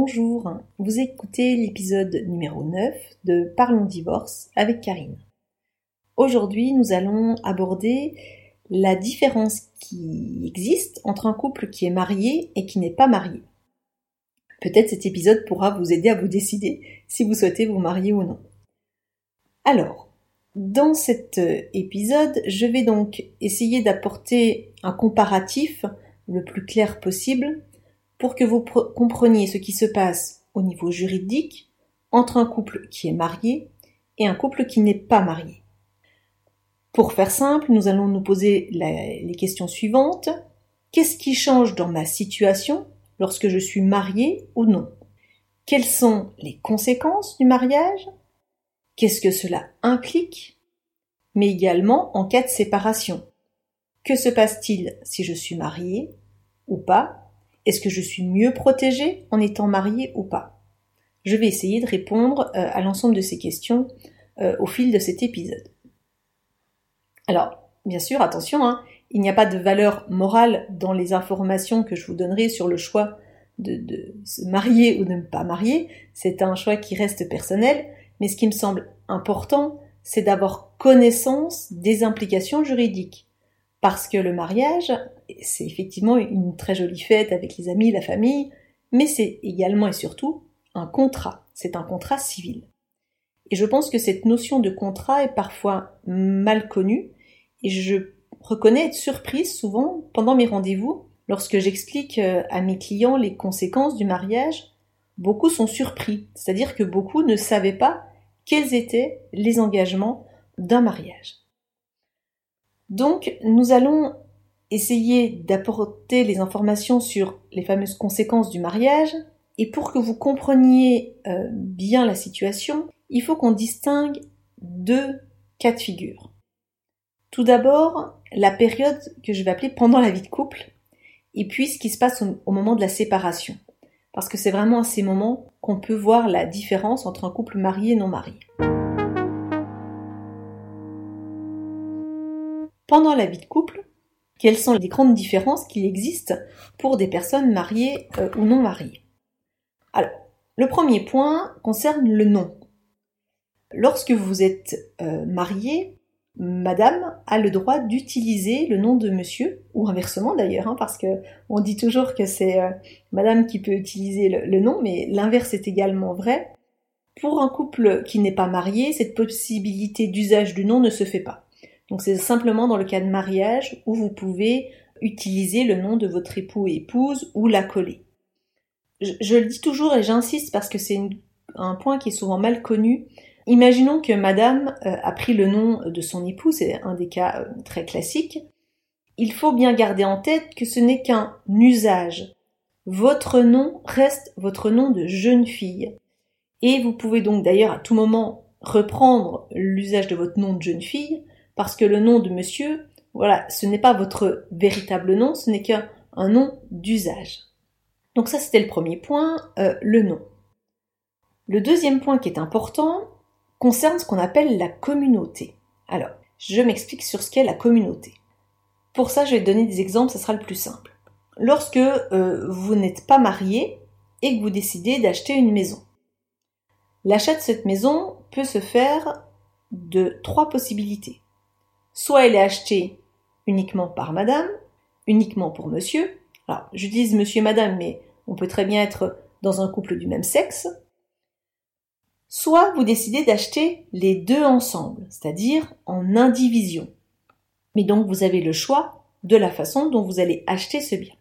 Bonjour, vous écoutez l'épisode numéro 9 de Parlons divorce avec Karine. Aujourd'hui, nous allons aborder la différence qui existe entre un couple qui est marié et qui n'est pas marié. Peut-être cet épisode pourra vous aider à vous décider si vous souhaitez vous marier ou non. Alors, dans cet épisode, je vais donc essayer d'apporter un comparatif le plus clair possible pour que vous compreniez ce qui se passe au niveau juridique entre un couple qui est marié et un couple qui n'est pas marié. Pour faire simple, nous allons nous poser les questions suivantes. Qu'est-ce qui change dans ma situation lorsque je suis mariée ou non? Quelles sont les conséquences du mariage? Qu'est-ce que cela implique? Mais également en cas de séparation. Que se passe-t-il si je suis mariée ou pas? Est-ce que je suis mieux protégée en étant mariée ou pas? Je vais essayer de répondre à l'ensemble de ces questions au fil de cet épisode. Alors, bien sûr, attention, il n'y a pas de valeur morale dans les informations que je vous donnerai sur le choix de se marier ou de ne pas marier. C'est un choix qui reste personnel, mais ce qui me semble important, c'est d'avoir connaissance des implications juridiques. Parce que le mariage, c'est effectivement une très jolie fête avec les amis, la famille, mais c'est également et surtout un contrat. C'est un contrat civil. Et je pense que cette notion de contrat est parfois mal connue, et je reconnais être surprise souvent pendant mes rendez-vous, lorsque j'explique à mes clients les conséquences du mariage, beaucoup sont surpris, c'est-à-dire que beaucoup ne savaient pas quels étaient les engagements d'un mariage. Donc, nous allons essayer d'apporter les informations sur les fameuses conséquences du mariage, et pour que vous compreniez bien la situation, il faut qu'on distingue deux cas de figure. Tout d'abord, la période que je vais appeler pendant la vie de couple, et puis ce qui se passe au moment de la séparation. Parce que c'est vraiment à ces moments qu'on peut voir la différence entre un couple marié et non marié. Pendant la vie de couple, quelles sont les grandes différences qui existent pour des personnes mariées ou non mariées? Alors, le premier point concerne le nom. Lorsque vous êtes marié, madame a le droit d'utiliser le nom de monsieur, ou inversement d'ailleurs, parce que on dit toujours que c'est madame qui peut utiliser le nom, mais l'inverse est également vrai. Pour un couple qui n'est pas marié, cette possibilité d'usage du nom ne se fait pas. Donc c'est simplement dans le cas de mariage où vous pouvez utiliser le nom de votre époux ou épouse ou l'accoler. Je le dis toujours et j'insiste parce que c'est un point qui est souvent mal connu. Imaginons que madame a pris le nom de son époux, c'est un des cas très classiques. Il faut bien garder en tête que ce n'est qu'un usage. Votre nom reste votre nom de jeune fille. Et vous pouvez donc d'ailleurs à tout moment reprendre l'usage de votre nom de jeune fille, parce que le nom de monsieur, voilà, ce n'est pas votre véritable nom, ce n'est qu'un nom d'usage. Donc ça, c'était le premier point, le nom. Le deuxième point qui est important concerne ce qu'on appelle la communauté. Alors, je m'explique sur ce qu'est la communauté. Pour ça, je vais donner des exemples, ça sera le plus simple. Lorsque vous n'êtes pas marié et que vous décidez d'acheter une maison. L'achat de cette maison peut se faire de 3 possibilités. Soit elle est achetée uniquement par madame, uniquement pour monsieur. Alors, j'utilise monsieur et madame, mais on peut très bien être dans un couple du même sexe. Soit vous décidez d'acheter les deux ensemble, c'est-à-dire en indivision. Mais donc, vous avez le choix de la façon dont vous allez acheter ce bien.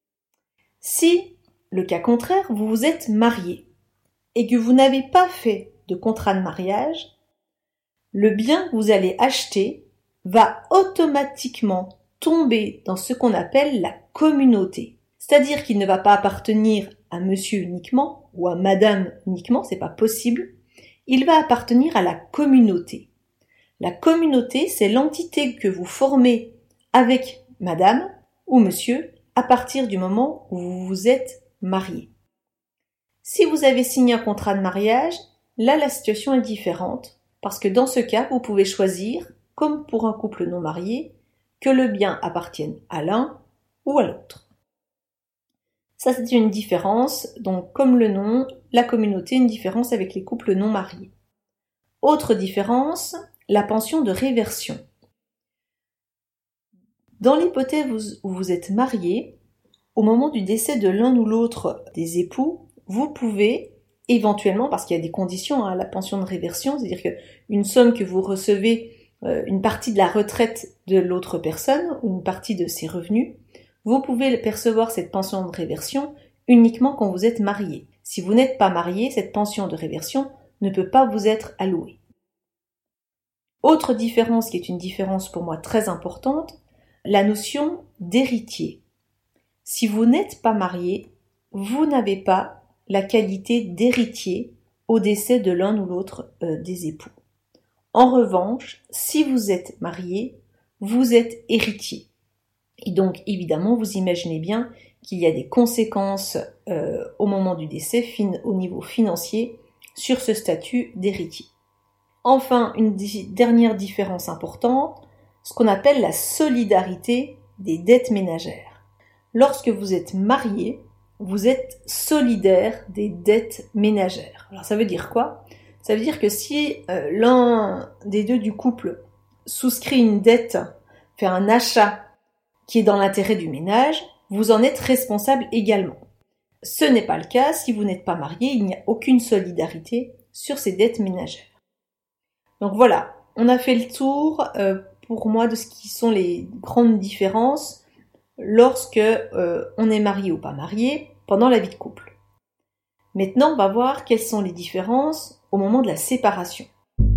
Si, le cas contraire, vous vous êtes marié et que vous n'avez pas fait de contrat de mariage, le bien que vous allez acheter va automatiquement tomber dans ce qu'on appelle la communauté. C'est-à-dire qu'il ne va pas appartenir à monsieur uniquement ou à madame uniquement, c'est pas possible. Il va appartenir à la communauté. La communauté, c'est l'entité que vous formez avec madame ou monsieur à partir du moment où vous vous êtes marié. Si vous avez signé un contrat de mariage, là la situation est différente parce que dans ce cas, vous pouvez choisir, comme pour un couple non marié, que le bien appartienne à l'un ou à l'autre. Ça, c'est une différence. Donc, comme le nom, la communauté, une différence avec les couples non mariés. Autre différence, la pension de réversion. Dans l'hypothèse où vous êtes marié, au moment du décès de l'un ou l'autre des époux, vous pouvez éventuellement, parce qu'il y a des conditions à la pension de réversion, c'est-à-dire qu'une somme que vous recevez, une partie de la retraite de l'autre personne, ou une partie de ses revenus, vous pouvez percevoir cette pension de réversion uniquement quand vous êtes marié. Si vous n'êtes pas marié, cette pension de réversion ne peut pas vous être allouée. Autre différence qui est une différence pour moi très importante, la notion d'héritier. Si vous n'êtes pas marié, vous n'avez pas la qualité d'héritier au décès de l'un ou l'autre des époux. En revanche, si vous êtes marié, vous êtes héritier. Et donc, évidemment, vous imaginez bien qu'il y a des conséquences au moment du décès au niveau financier sur ce statut d'héritier. Enfin, une dernière différence importante, ce qu'on appelle la solidarité des dettes ménagères. Lorsque vous êtes marié, vous êtes solidaire des dettes ménagères. Alors ça veut dire quoi ? Ça veut dire que si l'un des deux du couple souscrit une dette, fait un achat qui est dans l'intérêt du ménage, vous en êtes responsable également. Ce n'est pas le cas si vous n'êtes pas marié, il n'y a aucune solidarité sur ces dettes ménagères. Donc voilà, on a fait le tour pour moi de ce qui sont les grandes différences lorsque on est marié ou pas marié pendant la vie de couple. Maintenant, on va voir quelles sont les différences au moment de la séparation.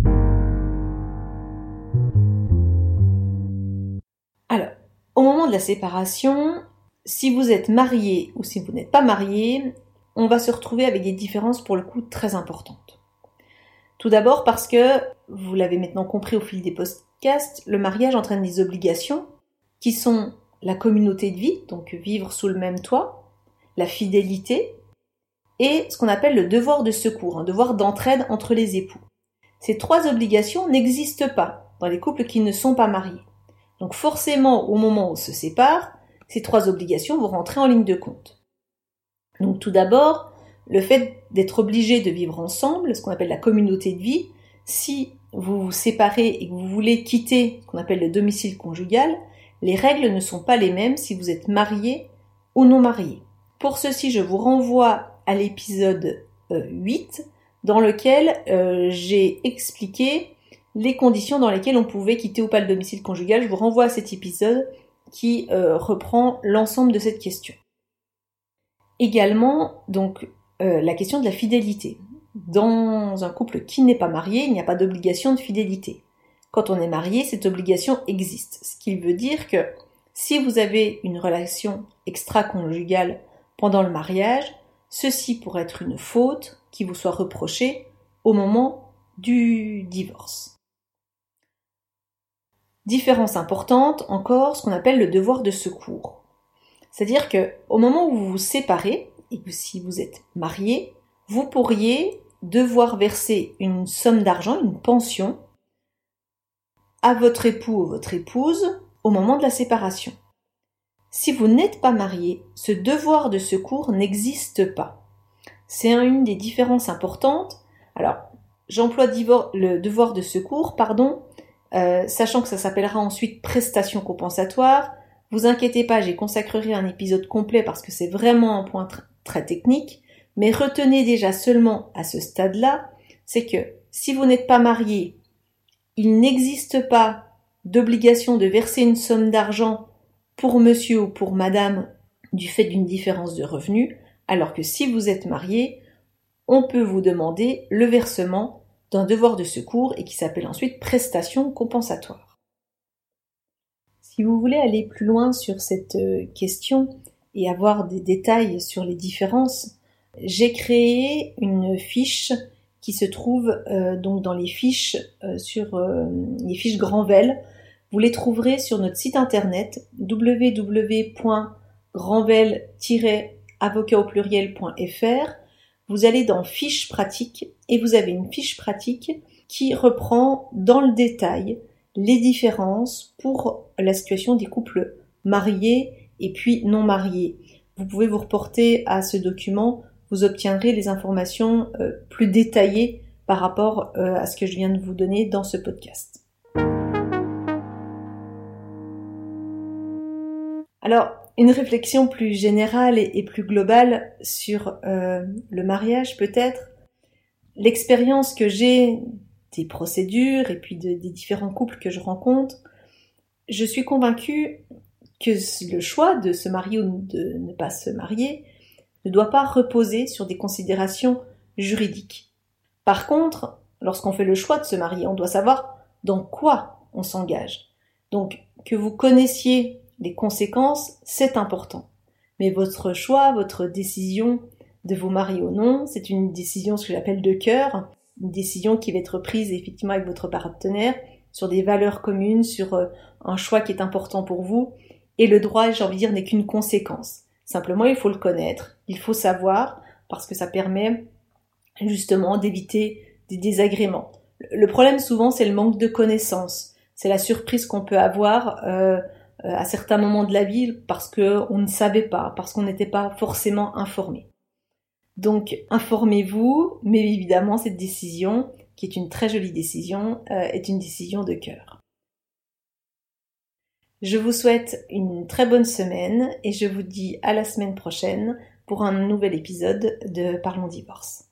Alors, au moment de la séparation, si vous êtes marié ou si vous n'êtes pas marié, on va se retrouver avec des différences pour le coup très importantes. Tout d'abord parce que, vous l'avez maintenant compris au fil des podcasts, le mariage entraîne des obligations qui sont la communauté de vie, donc vivre sous le même toit, la fidélité et ce qu'on appelle le devoir de secours, un devoir d'entraide entre les époux. Ces trois obligations n'existent pas dans les couples qui ne sont pas mariés. Donc forcément, au moment où on se sépare, ces trois obligations vont rentrer en ligne de compte. Donc tout d'abord, le fait d'être obligé de vivre ensemble, ce qu'on appelle la communauté de vie, si vous vous séparez et que vous voulez quitter ce qu'on appelle le domicile conjugal, les règles ne sont pas les mêmes si vous êtes marié ou non marié. Pour ceci, je vous renvoie à l'épisode 8, dans lequel j'ai expliqué les conditions dans lesquelles on pouvait quitter ou pas le domicile conjugal. Je vous renvoie à cet épisode qui reprend l'ensemble de cette question. Également, donc, la question de la fidélité. Dans un couple qui n'est pas marié, il n'y a pas d'obligation de fidélité. Quand on est marié, cette obligation existe. Ce qui veut dire que si vous avez une relation extra-conjugale pendant le mariage, ceci pourrait être une faute qui vous soit reprochée au moment du divorce. Différence importante encore, ce qu'on appelle le devoir de secours. C'est-à-dire que au moment où vous vous séparez, et que si vous êtes marié, vous pourriez devoir verser une somme d'argent, une pension, à votre époux ou votre épouse au moment de la séparation. Si vous n'êtes pas marié, ce devoir de secours n'existe pas. C'est une des différences importantes. Alors, j'emploie le devoir de secours, sachant que ça s'appellera ensuite prestation compensatoire. Vous inquiétez pas, j'y consacrerai un épisode complet parce que c'est vraiment un point très technique. Mais retenez déjà seulement à ce stade-là, c'est que si vous n'êtes pas marié, il n'existe pas d'obligation de verser une somme d'argent pour monsieur ou pour madame du fait d'une différence de revenus, alors que si vous êtes marié, on peut vous demander le versement d'un devoir de secours et qui s'appelle ensuite prestation compensatoire. Si vous voulez aller plus loin sur cette question et avoir des détails sur les différences, j'ai créé une fiche qui se trouve donc dans les fiches sur les fiches Granvelle. Vous les trouverez sur notre site internet www.granvelle-avocat-au-pluriel.fr. Vous allez dans fiches pratiques et vous avez une fiche pratique qui reprend dans le détail les différences pour la situation des couples mariés et puis non mariés. vous pouvez vous reporter à ce document, vous obtiendrez les informations plus détaillées par rapport à ce que je viens de vous donner dans ce podcast. Alors, une réflexion plus générale et plus globale sur le mariage peut-être. L'expérience que j'ai des procédures et puis des différents couples que je rencontre, je suis convaincue que le choix de se marier ou de ne pas se marier ne doit pas reposer sur des considérations juridiques. Par contre, lorsqu'on fait le choix de se marier, on doit savoir dans quoi on s'engage. Donc, que vous connaissiez les conséquences, c'est important. Mais votre choix, votre décision de vous marier ou non, c'est une décision, ce que j'appelle de cœur, une décision qui va être prise effectivement avec votre partenaire, sur des valeurs communes, sur un choix qui est important pour vous. Et le droit, j'ai envie de dire, n'est qu'une conséquence. Simplement, il faut le connaître, il faut savoir, parce que ça permet justement d'éviter des désagréments. Le problème souvent, c'est le manque de connaissances. C'est la surprise qu'on peut avoir à certains moments de la vie parce qu'on ne savait pas, parce qu'on n'était pas forcément informé. Donc, informez-vous, mais évidemment, cette décision, qui est une très jolie décision, est une décision de cœur. Je vous souhaite une très bonne semaine et je vous dis à la semaine prochaine pour un nouvel épisode de Parlons Divorce.